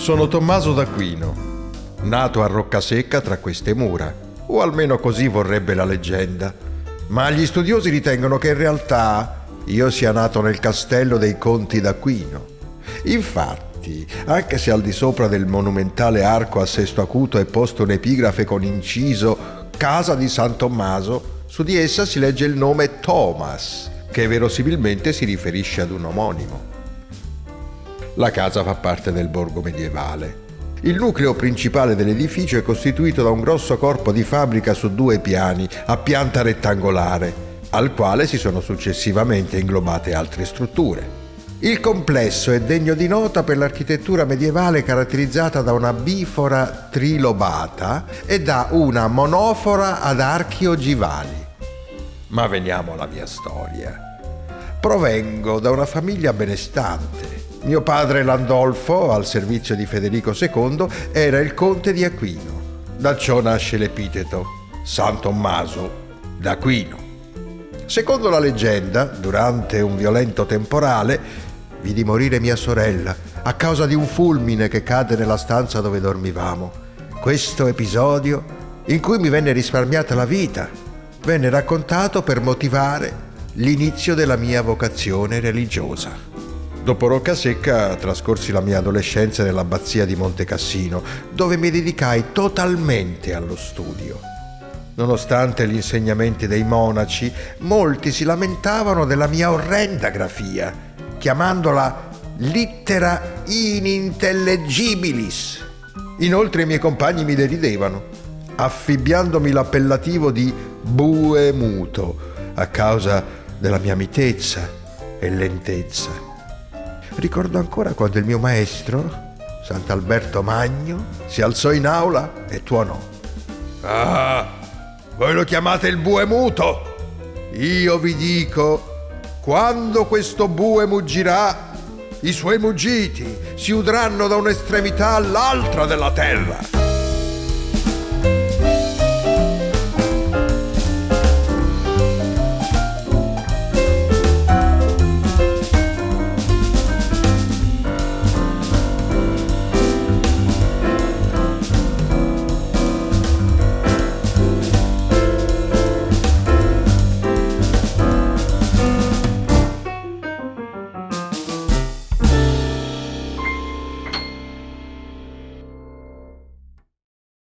Sono Tommaso d'Aquino, nato a Roccasecca tra queste mura, o almeno così vorrebbe la leggenda, ma gli studiosi ritengono che in realtà io sia nato nel castello dei Conti d'Aquino. Infatti, anche se al di sopra del monumentale arco a sesto acuto è posto un'epigrafe con inciso Casa di San Tommaso, su di essa si legge il nome Thomas, che verosimilmente si riferisce ad un omonimo. La casa fa parte del borgo medievale. Il nucleo principale dell'edificio è costituito da un grosso corpo di fabbrica su 2 piani, a pianta rettangolare, al quale si sono successivamente inglobate altre strutture. Il complesso è degno di nota per l'architettura medievale caratterizzata da una bifora trilobata e da una monofora ad archi ogivali. Ma veniamo alla mia storia. Provengo da una famiglia benestante. Mio padre Landolfo, al servizio di Federico II, era il conte di Aquino. Da ciò nasce l'epiteto San Tommaso d'Aquino. Secondo la leggenda, durante un violento temporale, vidi morire mia sorella a causa di un fulmine che cadde nella stanza dove dormivamo. Questo episodio, in cui mi venne risparmiata la vita, venne raccontato per motivare l'inizio della mia vocazione religiosa. Dopo Roccasecca trascorsi la mia adolescenza nell'abbazia di Montecassino, dove mi dedicai totalmente allo studio. Nonostante gli insegnamenti dei monaci, molti si lamentavano della mia orrenda grafia, chiamandola littera inintellegibilis. Inoltre i miei compagni mi deridevano, affibbiandomi l'appellativo di bue muto a causa della mia mitezza e lentezza. Ricordo ancora quando il mio maestro, Sant'Alberto Magno, si alzò in aula e tuonò: «Ah, voi lo chiamate il bue muto? Io vi dico, quando questo bue muggirà, i suoi muggiti si udranno da un'estremità all'altra della terra».